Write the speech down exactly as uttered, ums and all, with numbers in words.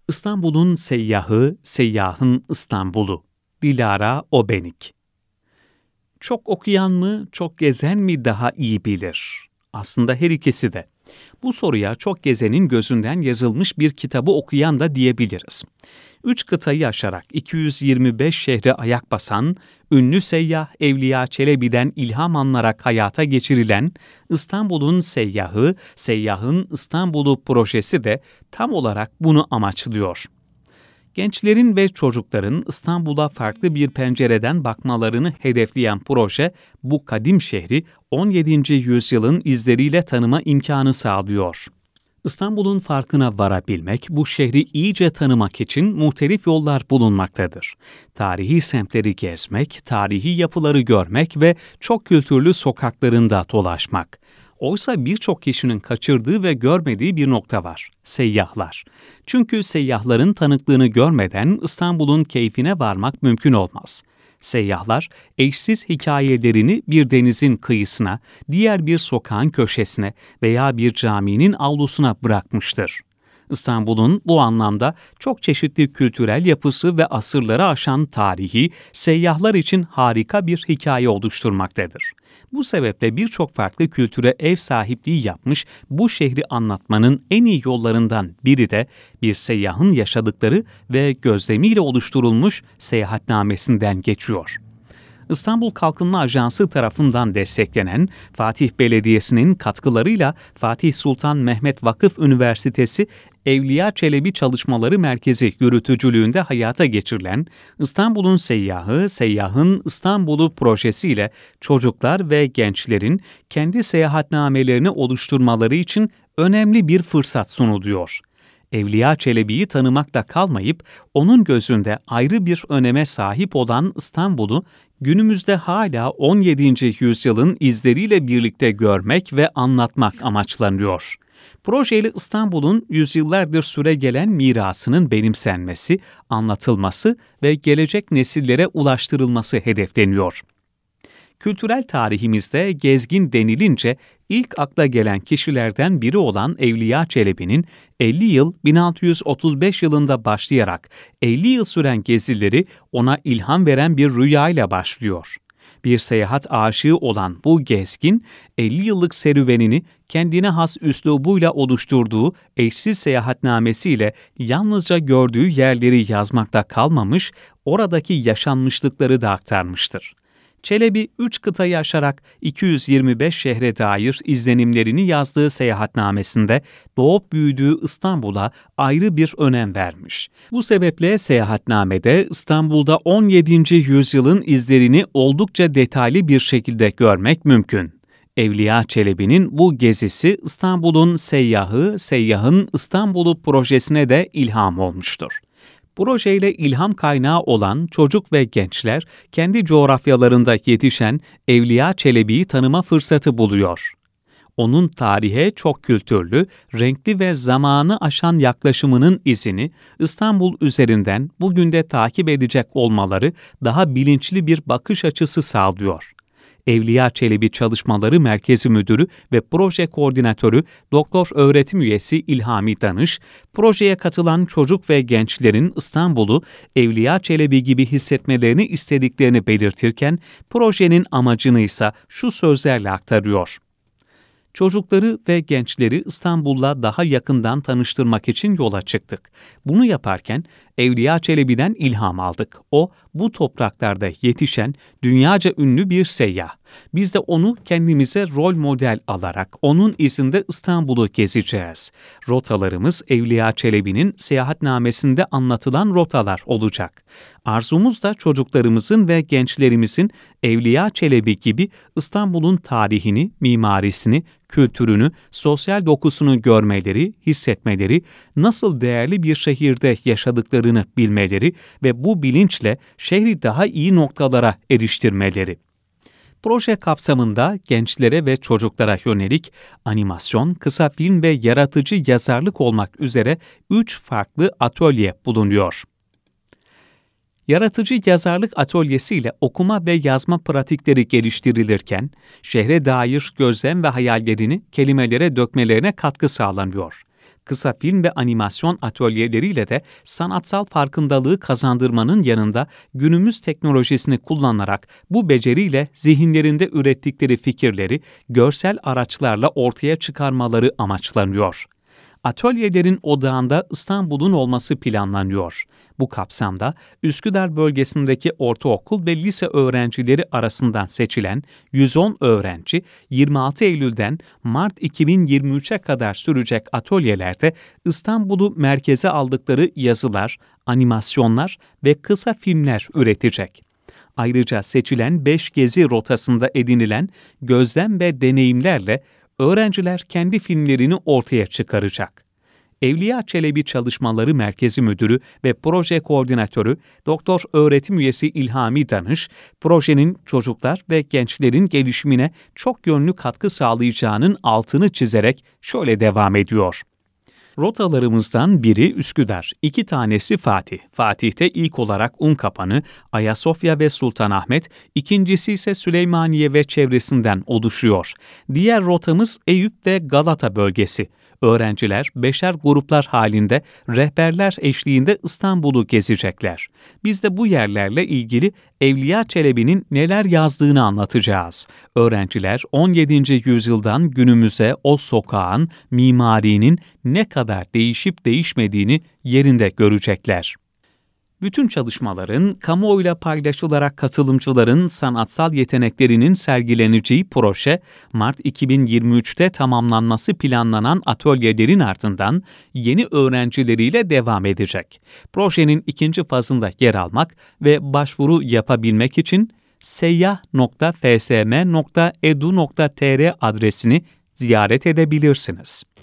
İstanbul'un seyyahı, seyyahın İstanbul'u. Dilara Obenik. Çok okuyan mı, çok gezen mi daha iyi bilir? Aslında her ikisi de. Bu soruya çok gezenin gözünden yazılmış bir kitabı okuyan da diyebiliriz. Üç kıtayı aşarak iki yüz yirmi beş şehre ayak basan, ünlü seyyah Evliya Çelebi'den ilham alınarak hayata geçirilen İstanbul'un seyyahı, seyyahın İstanbul'u projesi de tam olarak bunu amaçlıyor. Gençlerin ve çocukların İstanbul'a farklı bir pencereden bakmalarını hedefleyen proje, bu kadim şehri on yedinci yüzyılın izleriyle tanıma imkanı sağlıyor. İstanbul'un farkına varabilmek, bu şehri iyice tanımak için muhtelif yollar bulunmaktadır. Tarihi semtleri gezmek, tarihi yapıları görmek ve çok kültürlü sokaklarında dolaşmak. Oysa birçok kişinin kaçırdığı ve görmediği bir nokta var: seyyahlar. Çünkü seyyahların tanıklığını görmeden İstanbul'un keyfine varmak mümkün olmaz. Seyyahlar, eşsiz hikayelerini bir denizin kıyısına, diğer bir sokağın köşesine veya bir caminin avlusuna bırakmıştır. İstanbul'un bu anlamda çok çeşitli kültürel yapısı ve asırları aşan tarihi, seyyahlar için harika bir hikaye oluşturmaktadır. Bu sebeple birçok farklı kültüre ev sahipliği yapmış bu şehri anlatmanın en iyi yollarından biri de bir seyyahın yaşadıkları ve gözlemiyle oluşturulmuş seyahatnamesinden geçiyor. İstanbul Kalkınma Ajansı tarafından desteklenen Fatih Belediyesi'nin katkılarıyla Fatih Sultan Mehmet Vakıf Üniversitesi Evliya Çelebi Çalışmaları Merkezi yürütücülüğünde hayata geçirilen İstanbul'un seyyahı, seyyahın İstanbul'u projesiyle çocuklar ve gençlerin kendi seyahatnamelerini oluşturmaları için önemli bir fırsat sunuluyor. Evliya Çelebi'yi tanımakla kalmayıp, onun gözünde ayrı bir öneme sahip olan İstanbul'u günümüzde hala on yedinci yüzyılın izleriyle birlikte görmek ve anlatmak amaçlanıyor. Projeyle İstanbul'un yüzyıllardır süregelen mirasının benimsenmesi, anlatılması ve gelecek nesillere ulaştırılması hedefleniyor. Kültürel tarihimizde gezgin denilince ilk akla gelen kişilerden biri olan Evliya Çelebi'nin elli yıl bin altı yüz otuz beş yılında başlayarak elli yıl süren gezileri ona ilham veren bir rüyayla başlıyor. Bir seyahat aşığı olan bu gezgin, elli yıllık serüvenini kendine has üslubuyla oluşturduğu eşsiz seyahatnamesiyle yalnızca gördüğü yerleri yazmakta kalmamış, oradaki yaşanmışlıkları da aktarmıştır. Çelebi, üç kıtayı aşarak iki yüz yirmi beş şehre dair izlenimlerini yazdığı seyahatnamesinde doğup büyüdüğü İstanbul'a ayrı bir önem vermiş. Bu sebeple seyahatnamede İstanbul'da on yedinci yüzyılın izlerini oldukça detaylı bir şekilde görmek mümkün. Evliya Çelebi'nin bu gezisi İstanbul'un seyyahı, seyyahın İstanbul'u projesine de ilham olmuştur. Projeyle ilham kaynağı olan çocuk ve gençler kendi coğrafyalarında yetişen Evliya Çelebi'yi tanıma fırsatı buluyor. Onun tarihe çok kültürlü, renkli ve zamanı aşan yaklaşımının izini İstanbul üzerinden bugün de takip edecek olmaları daha bilinçli bir bakış açısı sağlıyor. Evliya Çelebi Çalışmaları Merkezi Müdürü ve Proje Koordinatörü Doktor Öğretim Üyesi İlhami Danış, projeye katılan çocuk ve gençlerin İstanbul'u Evliya Çelebi gibi hissetmelerini istediklerini belirtirken, projenin amacını ise şu sözlerle aktarıyor: Çocukları ve gençleri İstanbul'la daha yakından tanıştırmak için yola çıktık. Bunu yaparken Evliya Çelebi'den ilham aldık. O, bu topraklarda yetişen dünyaca ünlü bir seyyah. Biz de onu kendimize rol model alarak onun izinde İstanbul'u gezeceğiz. Rotalarımız Evliya Çelebi'nin seyahatnamesinde anlatılan rotalar olacak. Arzumuz da çocuklarımızın ve gençlerimizin Evliya Çelebi gibi İstanbul'un tarihini, mimarisini, kültürünü, sosyal dokusunu görmeleri, hissetmeleri, nasıl değerli bir şehirde yaşadıklarını bilmeleri ve bu bilinçle şehri daha iyi noktalara eriştirmeleri. Proje kapsamında gençlere ve çocuklara yönelik animasyon, kısa film ve yaratıcı yazarlık olmak üzere üç farklı atölye bulunuyor. Yaratıcı yazarlık atölyesiyle okuma ve yazma pratikleri geliştirilirken, şehre dair gözlem ve hayallerini kelimelere dökmelerine katkı sağlanıyor. Kısa film ve animasyon atölyeleriyle de sanatsal farkındalığı kazandırmanın yanında günümüz teknolojisini kullanarak bu beceriyle zihinlerinde ürettikleri fikirleri görsel araçlarla ortaya çıkarmaları amaçlanıyor. Atölyelerin odağında İstanbul'un olması planlanıyor. Bu kapsamda Üsküdar bölgesindeki ortaokul ve lise öğrencileri arasından seçilen yüz on öğrenci yirmi altı Eylül'den Mart iki bin yirmi üçe kadar sürecek atölyelerde İstanbul'u merkeze aldıkları yazılar, animasyonlar ve kısa filmler üretecek. Ayrıca seçilen beş gezi rotasında edinilen gözlem ve deneyimlerle öğrenciler kendi filmlerini ortaya çıkaracak. Evliya Çelebi Çalışmaları Merkezi Müdürü ve Proje Koordinatörü Doktor Öğretim Üyesi İlhami Danış, projenin çocuklar ve gençlerin gelişimine çok yönlü katkı sağlayacağının altını çizerek şöyle devam ediyor. Rotalarımızdan biri Üsküdar, iki tanesi Fatih. Fatih'te ilk olarak Unkapanı, Ayasofya ve Sultanahmet, ikincisi ise Süleymaniye ve çevresinden oluşuyor. Diğer rotamız Eyüp ve Galata bölgesi. Öğrenciler beşer gruplar halinde rehberler eşliğinde İstanbul'u gezecekler. Biz de bu yerlerle ilgili Evliya Çelebi'nin neler yazdığını anlatacağız. Öğrenciler on yedinci yüzyıldan günümüze o sokağın, mimarinin ne kadar değişip değişmediğini yerinde görecekler. Bütün çalışmaların kamuoyuyla paylaşılarak katılımcıların sanatsal yeteneklerinin sergileneceği proje, Mart iki bin yirmi üçte tamamlanması planlanan atölyelerin ardından yeni öğrencileriyle devam edecek. Projenin ikinci fazında yer almak ve başvuru yapabilmek için seyyah nokta f s m nokta e d u nokta t r adresini ziyaret edebilirsiniz.